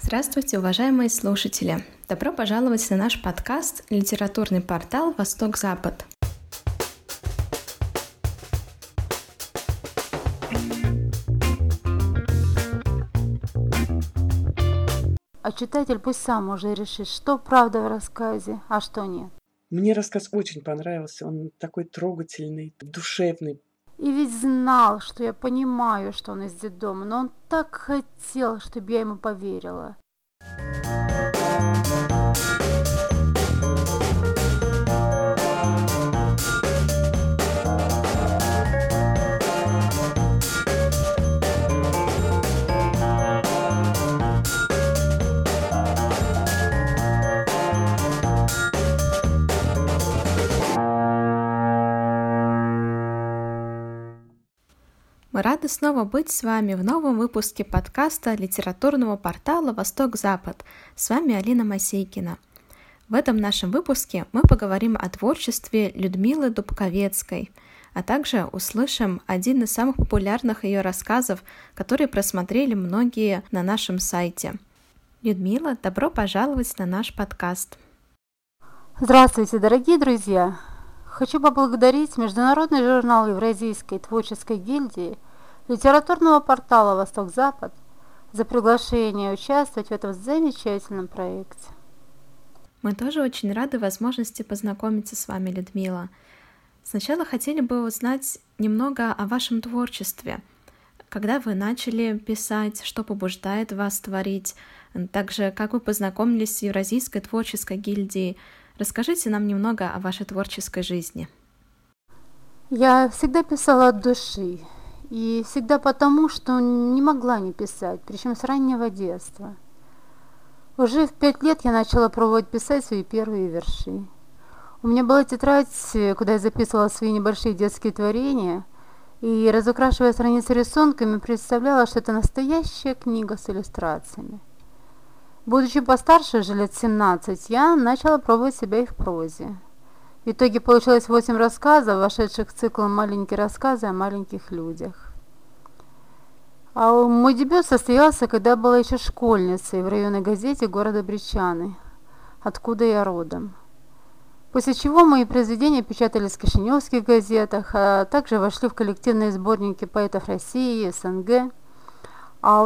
Здравствуйте, уважаемые слушатели! Добро пожаловать на наш подкаст «Литературный портал Восток-Запад». А читатель пусть сам уже решит, что правда в рассказе, а что нет. Мне рассказ очень понравился, он такой трогательный, душевный. И ведь знал, что я понимаю, что он из детдома, но он так хотел, чтобы я ему поверила. Мы рады снова быть с вами в новом выпуске подкаста литературного портала «Восток-Запад». С вами Алина Масейкина. В этом нашем выпуске мы поговорим о творчестве Людмилы Дубковецкой, а также услышим один из самых популярных ее рассказов, которые просмотрели многие на нашем сайте. Людмила, добро пожаловать на наш подкаст. Здравствуйте, дорогие друзья! Хочу поблагодарить Международный журнал Евразийской творческой гильдии литературного портала «Восток-Запад» за приглашение участвовать в этом замечательном проекте. Мы тоже очень рады возможности познакомиться с вами, Людмила. Сначала хотели бы узнать немного о вашем творчестве. Когда вы начали писать, что побуждает вас творить, также как вы познакомились с Евразийской творческой гильдией. Расскажите нам немного о вашей творческой жизни. Я всегда писала от души, и всегда потому, что не могла не писать, причем с раннего детства. Уже в 5 лет я начала пробовать писать свои первые верши. У меня была тетрадь, куда я записывала свои небольшие детские творения, и, разукрашивая страницы рисунками, представляла, что это настоящая книга с иллюстрациями. Будучи постарше, уже лет 17, я начала пробовать себя и в прозе. В итоге получилось 8 рассказов, вошедших в цикл «Маленькие рассказы о маленьких людях». А мой дебют состоялся, когда я была еще школьницей в районной газете города Бричаны, откуда я родом. После чего мои произведения печатались в кишиневских газетах, а также вошли в коллективные сборники поэтов России, СНГ. А в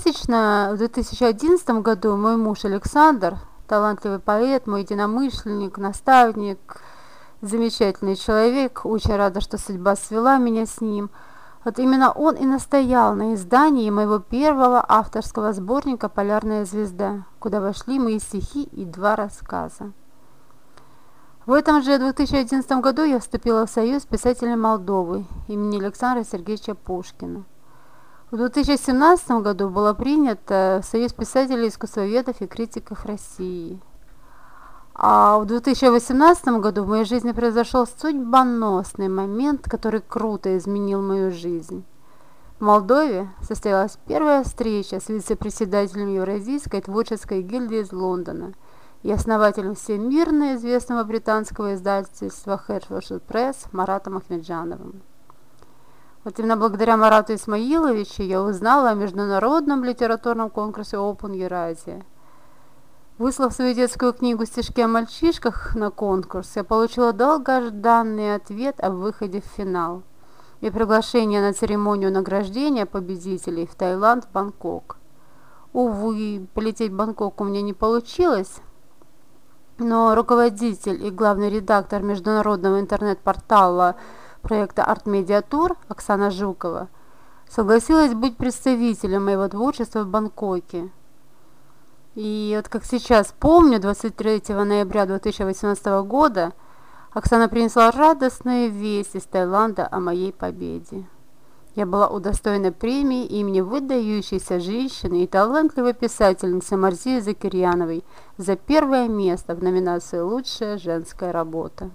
2011 году мой муж Александр, талантливый поэт, мой единомышленник, наставник, замечательный человек, очень рада, что судьба свела меня с ним. Вот именно он и настоял на издании моего первого авторского сборника «Полярная звезда», куда вошли мои стихи и 2 рассказа. В этом же 2011 году я вступила в Союз писателей Молдовы имени Александра Сергеевича Пушкина. В 2017 году было принято в Союз писателей, искусствоведов и критиков России. А в 2018 году в моей жизни произошел судьбоносный момент, который круто изменил мою жизнь. В Молдове состоялась первая встреча с вице-председателем Евразийской творческой гильдии из Лондона и основателем всемирно известного британского издательства Hertfordshire Press Маратом Ахмеджановым. Вот именно благодаря Марату Исмаиловичу я узнала о международном литературном конкурсе Open Eurasia. Выслав свою детскую книгу «Стишки о мальчишках» на конкурс, я получила долгожданный ответ об выходе в финал и приглашение на церемонию награждения победителей в Таиланд, Бангкок. Увы, полететь в Бангкок у меня не получилось, но руководитель и главный редактор международного интернет-портала проекта Art Media Tour Оксана Жукова согласилась быть представителем моего творчества в Бангкоке. И вот как сейчас помню, 23 ноября 2018 года Оксана принесла радостную весть из Таиланда о моей победе. Я была удостоена премии имени выдающейся женщины и талантливой писательницы Марзии Закирьяновой за 1 место в номинации «Лучшая женская работа».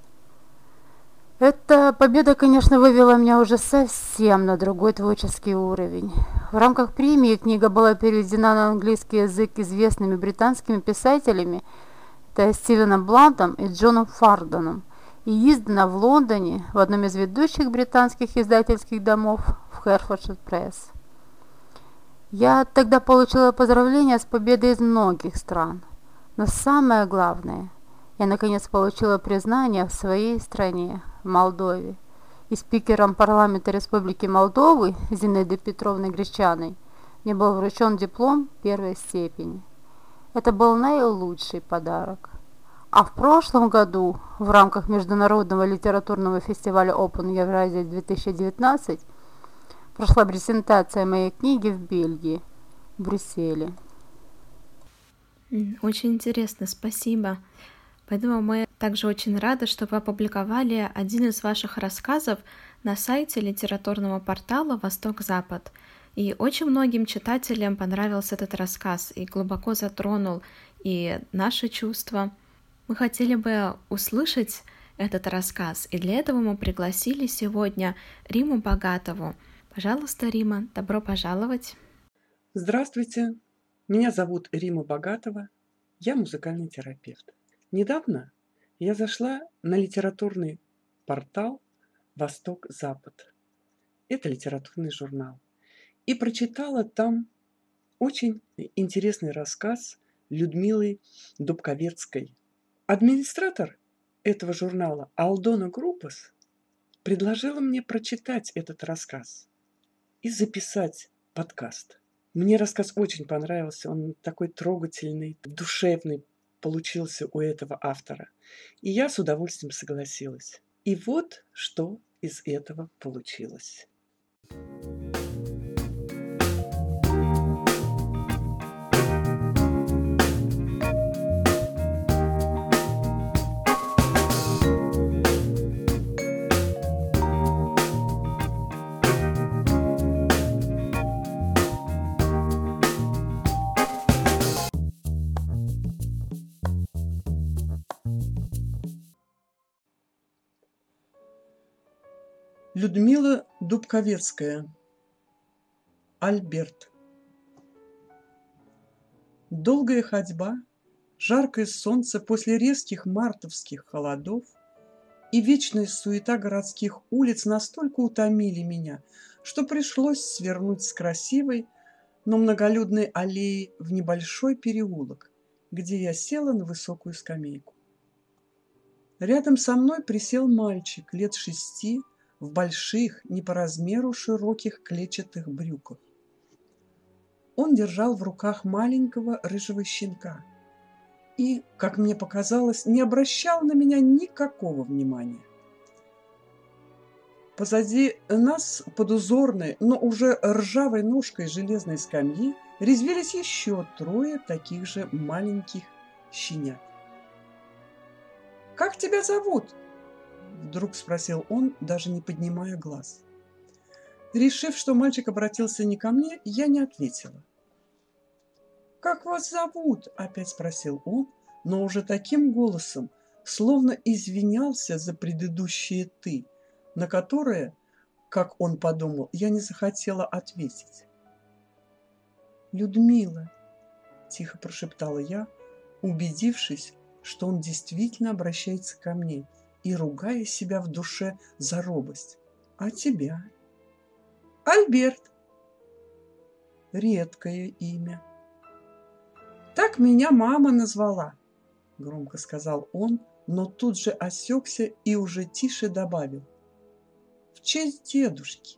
Эта победа, конечно, вывела меня уже совсем на другой творческий уровень. В рамках премии книга была переведена на английский язык известными британскими писателями, это Стивеном Блантом и Джоном Фардоном, и издана в Лондоне в одном из ведущих британских издательских домов в Hertfordshire Press. Я тогда получила поздравления с победой из многих стран. Но самое главное, я наконец получила признание в своей стране, в Молдове. И спикером парламента Республики Молдовы Зинаидой Петровной Гречаной мне был вручен диплом первой степени. Это был наилучший подарок. А в прошлом году в рамках Международного литературного фестиваля Open Евразия 2019 прошла презентация моей книги в Бельгии, в Брюсселе. Очень интересно, спасибо. Поэтому мы также очень рады, что вы опубликовали один из ваших рассказов на сайте литературного портала «Восток-Запад». И очень многим читателям понравился этот рассказ и глубоко затронул и наши чувства. Мы хотели бы услышать этот рассказ, и для этого мы пригласили сегодня Риму Богатову. Пожалуйста, Рима, добро пожаловать. Здравствуйте, меня зовут Рима Богатова, я музыкальный терапевт. Недавно я зашла на литературный портал «Восток-Запад». Это литературный журнал. И прочитала там очень интересный рассказ Людмилы Дубковецкой. Администратор этого журнала Алдона Группас предложила мне прочитать этот рассказ и записать подкаст. Мне рассказ очень понравился, он такой трогательный, душевный получился у этого автора. И я с удовольствием согласилась. И вот что из этого получилось. Людмила Дубковецкая. Альберт. Долгая ходьба, жаркое солнце после резких мартовских холодов и вечная суета городских улиц настолько утомили меня, что пришлось свернуть с красивой, но многолюдной аллеи в небольшой переулок, где я села на высокую скамейку. Рядом со мной присел мальчик лет 6 в больших, не по размеру широких клетчатых брюках. Он держал в руках маленького рыжего щенка и, как мне показалось, не обращал на меня никакого внимания. Позади нас под узорной, но уже ржавой ножкой железной скамьи резвились еще 3 таких же маленьких щенят. «Как тебя зовут?» — вдруг спросил он, даже не поднимая глаз. Решив, что мальчик обратился не ко мне, я не ответила. «Как вас зовут?» — опять спросил он, но уже таким голосом, словно извинялся за предыдущее «ты», на которое, как он подумал, я не захотела ответить. «Людмила», — тихо прошептала я, убедившись, что он действительно обращается ко мне, и ругая себя в душе за робость. «А тебя?» «Альберт». Редкое имя. «Так меня мама назвала», — громко сказал он, но тут же осекся и уже тише добавил. «В честь дедушки».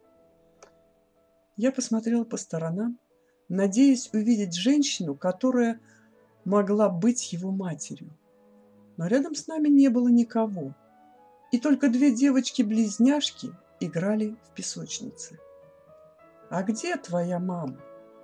Я посмотрела по сторонам, надеясь увидеть женщину, которая могла быть его матерью. Но рядом с нами не было никого, и только 2 девочки-близняшки играли в песочнице. «А где твоя мама?»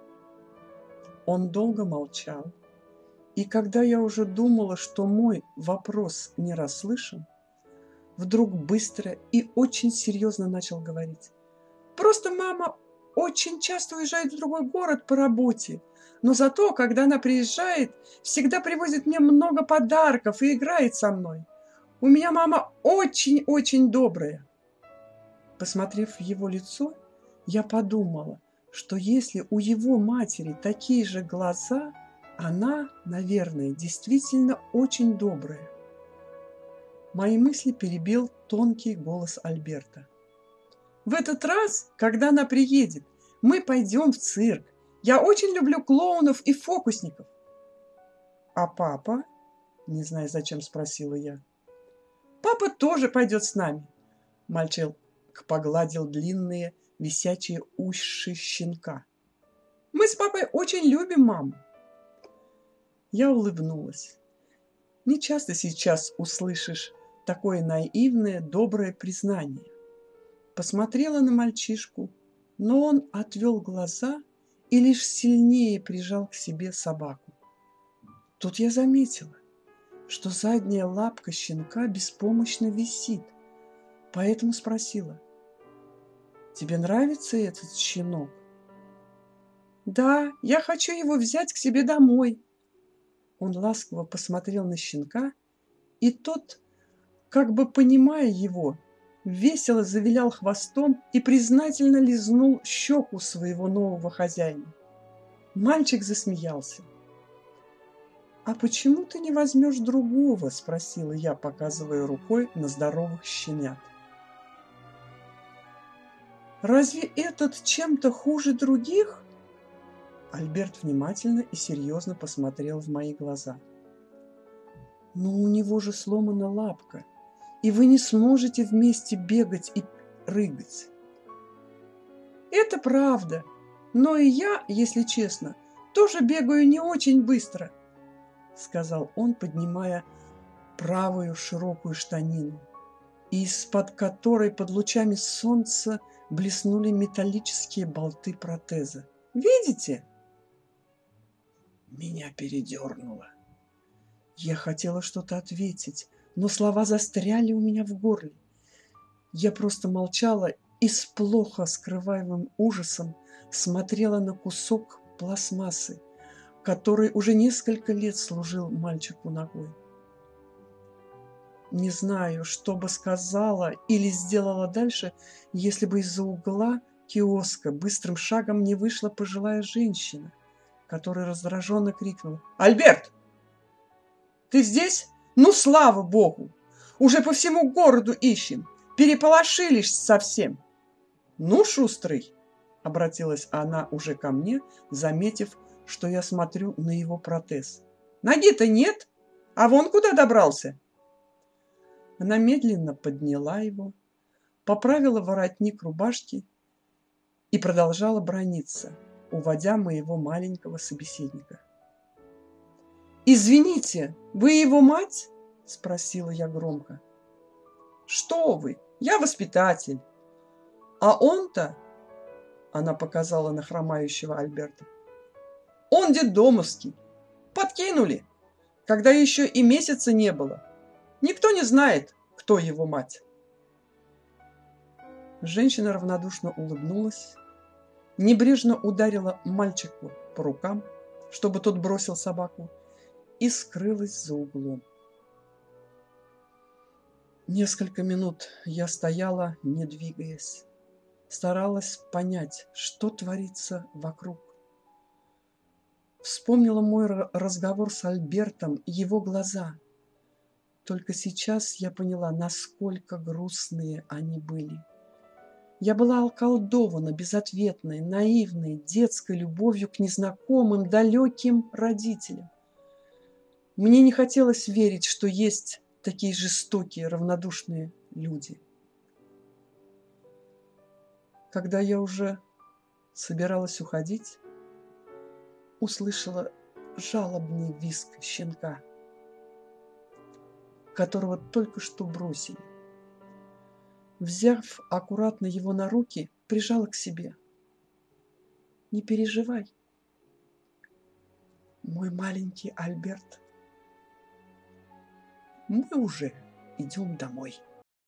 Он долго молчал, и когда я уже думала, что мой вопрос не расслышан, вдруг быстро и очень серьезно начал говорить. «Просто мама очень часто уезжает в другой город по работе, но зато, когда она приезжает, всегда привозит мне много подарков и играет со мной. У меня мама очень-очень добрая». Посмотрев в его лицо, я подумала, что если у его матери такие же глаза, она, наверное, действительно очень добрая. Мои мысли перебил тонкий голос Альберта. «В этот раз, когда она приедет, мы пойдем в цирк, Я очень люблю клоунов и фокусников. А папа? Не знаю, зачем спросила я. Папа тоже пойдет с нами. Мальчик погладил длинные висячие уши щенка. Мы с папой очень любим маму. Я улыбнулась. Не часто сейчас услышишь такое наивное, доброе признание. Посмотрела на мальчишку, но он отвел глаза и лишь сильнее прижал к себе собаку. Тут я заметила, что задняя лапка щенка беспомощно висит, поэтому спросила: «Тебе нравится этот щенок?» «Да, я хочу его взять к себе домой». Он ласково посмотрел на щенка, и тот, как бы понимая его, весело завилял хвостом и признательно лизнул щеку своего нового хозяина. Мальчик засмеялся. «А почему ты не возьмешь другого?» – спросила я, показывая рукой на здоровых щенят. «Разве этот чем-то хуже других?» Альберт внимательно и серьезно посмотрел в мои глаза. «Но у него же сломана лапка, и вы не сможете вместе бегать и прыгать». «Это правда, но и я, если честно, тоже бегаю не очень быстро», сказал он, поднимая правую широкую штанину, из-под которой под лучами солнца блеснули металлические болты протеза. «Видите?» Меня передернуло. Я хотела что-то ответить, но слова застряли у меня в горле. Я просто молчала и с плохо скрываемым ужасом смотрела на кусок пластмассы, который уже несколько лет служил мальчику ногой. Не знаю, что бы сказала или сделала дальше, если бы из-за угла киоска быстрым шагом не вышла пожилая женщина, которая раздраженно крикнула: «Альберт! Ты здесь? Ну, слава богу! Уже по всему городу ищем! Переполошились совсем!» «Ну, шустрый!» — обратилась она уже ко мне, заметив, что я смотрю на его протез. «Ноги-то нет, а вон куда добрался!» Она медленно подняла его, поправила воротник рубашки и продолжала браниться, уводя моего маленького собеседника. «Извините, вы его мать?» – спросила я громко. «Что вы, я воспитатель. А он-то, – она показала на хромающего Альберта, – он детдомовский. Подкинули, когда еще и месяца не было. Никто не знает, кто его мать». Женщина равнодушно улыбнулась, небрежно ударила мальчику по рукам, чтобы тот бросил собаку, и скрылась за углом. Несколько минут я стояла, не двигаясь, старалась понять, что творится вокруг. Вспомнила мой разговор с Альбертом и его глаза. Только сейчас я поняла, насколько грустные они были. Я была околдована безответной, наивной, детской любовью к незнакомым, далеким родителям. Мне не хотелось верить, что есть такие жестокие, равнодушные люди. Когда я уже собиралась уходить, услышала жалобный визг щенка, которого только что бросили. Взяв аккуратно его на руки, прижала к себе. «Не переживай, мой маленький Альберт. Мы уже идем домой».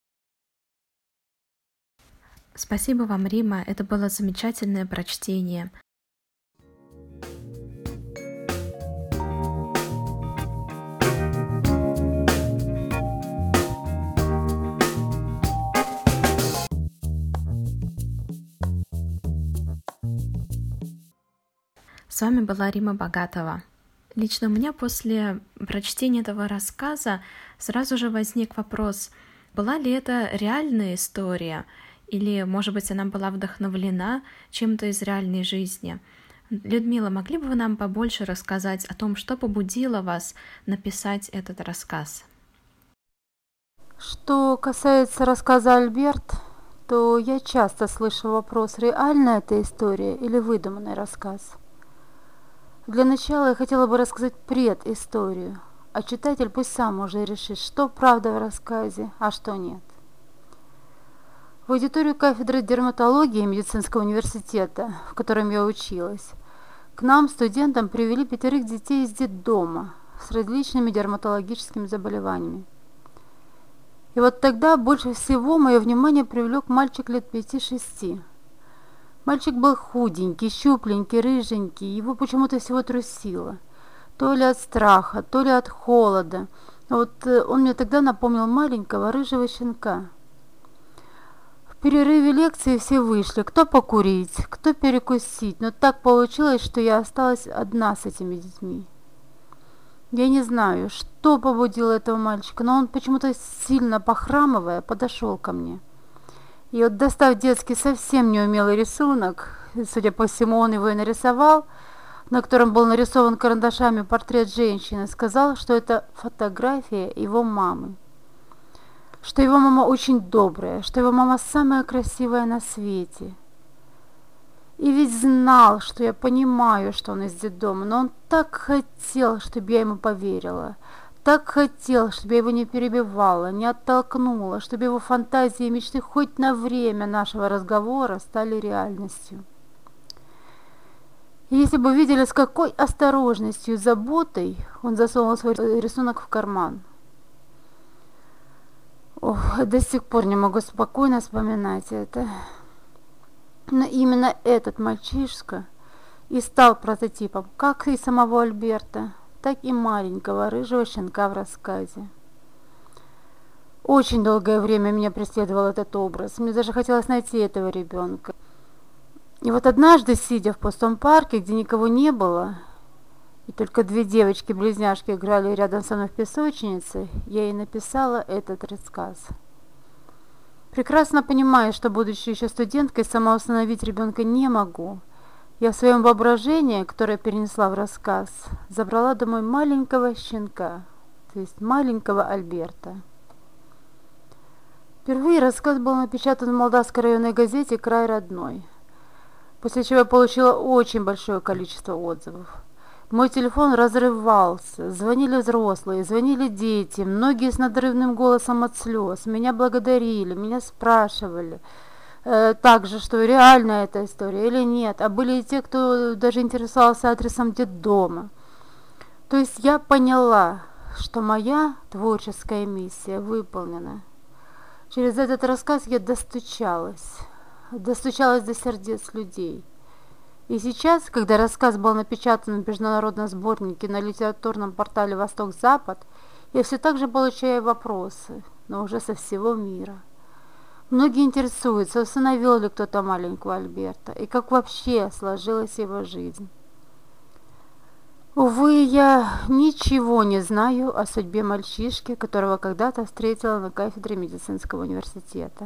Спасибо вам, Рима, это было замечательное прочтение. С вами была Рима Богатова. Лично у меня после прочтения этого рассказа сразу же возник вопрос, была ли это реальная история, или, может быть, она была вдохновлена чем-то из реальной жизни. Людмила, могли бы вы нам побольше рассказать о том, что побудило вас написать этот рассказ? Что касается рассказа «Альберт», то я часто слышу вопрос, реальная это история или выдуманный рассказ. Для начала я хотела бы рассказать предысторию, а читатель пусть сам уже решит, что правда в рассказе, а что нет. В аудиторию кафедры дерматологии медицинского университета, в котором я училась, к нам, студентам, привели 5 детей из детдома с различными дерматологическими заболеваниями. И вот тогда больше всего мое внимание привлек мальчик лет 5-6. Мальчик был худенький, щупленький, рыженький, его почему-то всего трусило. То ли от страха, то ли от холода. Вот он мне тогда напомнил маленького рыжего щенка. В перерыве лекции все вышли, кто покурить, кто перекусить, но так получилось, что я осталась одна с этими детьми. Я не знаю, что побудило этого мальчика, но он почему-то сильно похрамывая подошел ко мне. И вот, достав детский совсем неумелый рисунок, судя по всему, он его и нарисовал, на котором был нарисован карандашами портрет женщины, сказал, что это фотография его мамы. Что его мама очень добрая, что его мама самая красивая на свете. И ведь знал, что я понимаю, что он из детдома, но он так хотел, чтобы я ему поверила. Так хотел, чтобы я его не перебивала, не оттолкнула, чтобы его фантазии и мечты хоть на время нашего разговора стали реальностью. И если бы видели, с какой осторожностью и заботой он засунул свой рисунок в карман. Ох, до сих пор не могу спокойно вспоминать это. Но именно этот мальчишка и стал прототипом как и самого Альберта, так и маленького рыжего щенка в рассказе. Очень долгое время меня преследовал этот образ. Мне даже хотелось найти этого ребенка. И вот однажды, сидя в пустом парке, где никого не было, и только 2 девочки-близняшки играли рядом со мной в песочнице, я ей написала этот рассказ. Прекрасно понимая, что, будучи еще студенткой, сама усыновить ребенка не могу, я в своем воображении, которое перенесла в рассказ, забрала домой маленького щенка, то есть маленького Альберта. Впервые рассказ был напечатан в Молдавской районной газете «Край родной», после чего я получила очень большое количество отзывов. Мой телефон разрывался, звонили взрослые, звонили дети, многие с надрывным голосом от слез, меня благодарили, меня спрашивали также, что реальна эта история или нет, а были и те, кто даже интересовался адресом детдома. То есть я поняла, что моя творческая миссия выполнена. Через этот рассказ я достучалась до сердец людей. И сейчас, когда рассказ был напечатан в международном сборнике на литературном портале «Восток-Запад», я все так же получаю вопросы, но уже со всего мира. Многие интересуются, усыновил ли кто-то маленького Альберта, и как вообще сложилась его жизнь. Увы, я ничего не знаю о судьбе мальчишки, которого когда-то встретила на кафедре медицинского университета.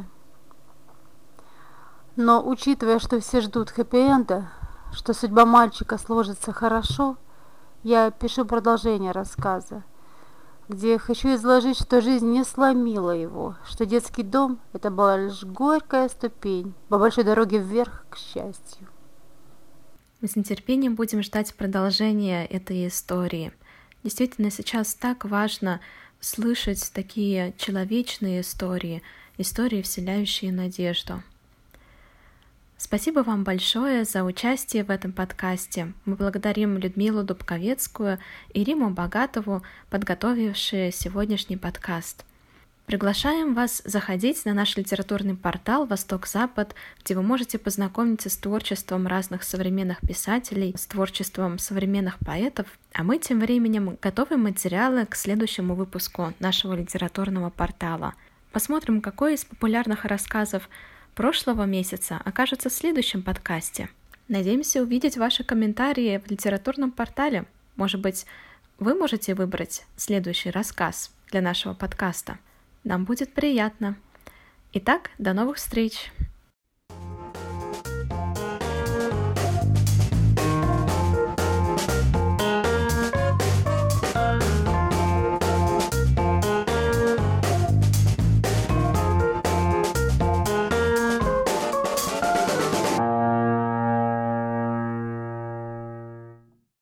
Но, учитывая, что все ждут хэппи-энда, что судьба мальчика сложится хорошо, я пишу продолжение рассказа, где хочу изложить, что жизнь не сломила его, что детский дом – это была лишь горькая ступень по большой дороге вверх к счастью. Мы с нетерпением будем ждать продолжения этой истории. Действительно, сейчас так важно слышать такие человечные истории, истории, вселяющие надежду. Спасибо вам большое за участие в этом подкасте. Мы благодарим Людмилу Дубковецкую и Риму Богатову, подготовившие сегодняшний подкаст. Приглашаем вас заходить на наш литературный портал «Восток-Запад», где вы можете познакомиться с творчеством разных современных писателей, с творчеством современных поэтов, а мы тем временем готовим материалы к следующему выпуску нашего литературного портала. Посмотрим, какой из популярных рассказов прошлого месяца окажется в следующем подкасте. Надеемся увидеть ваши комментарии в литературном портале. Может быть, вы можете выбрать следующий рассказ для нашего подкаста. Нам будет приятно. Итак, до новых встреч!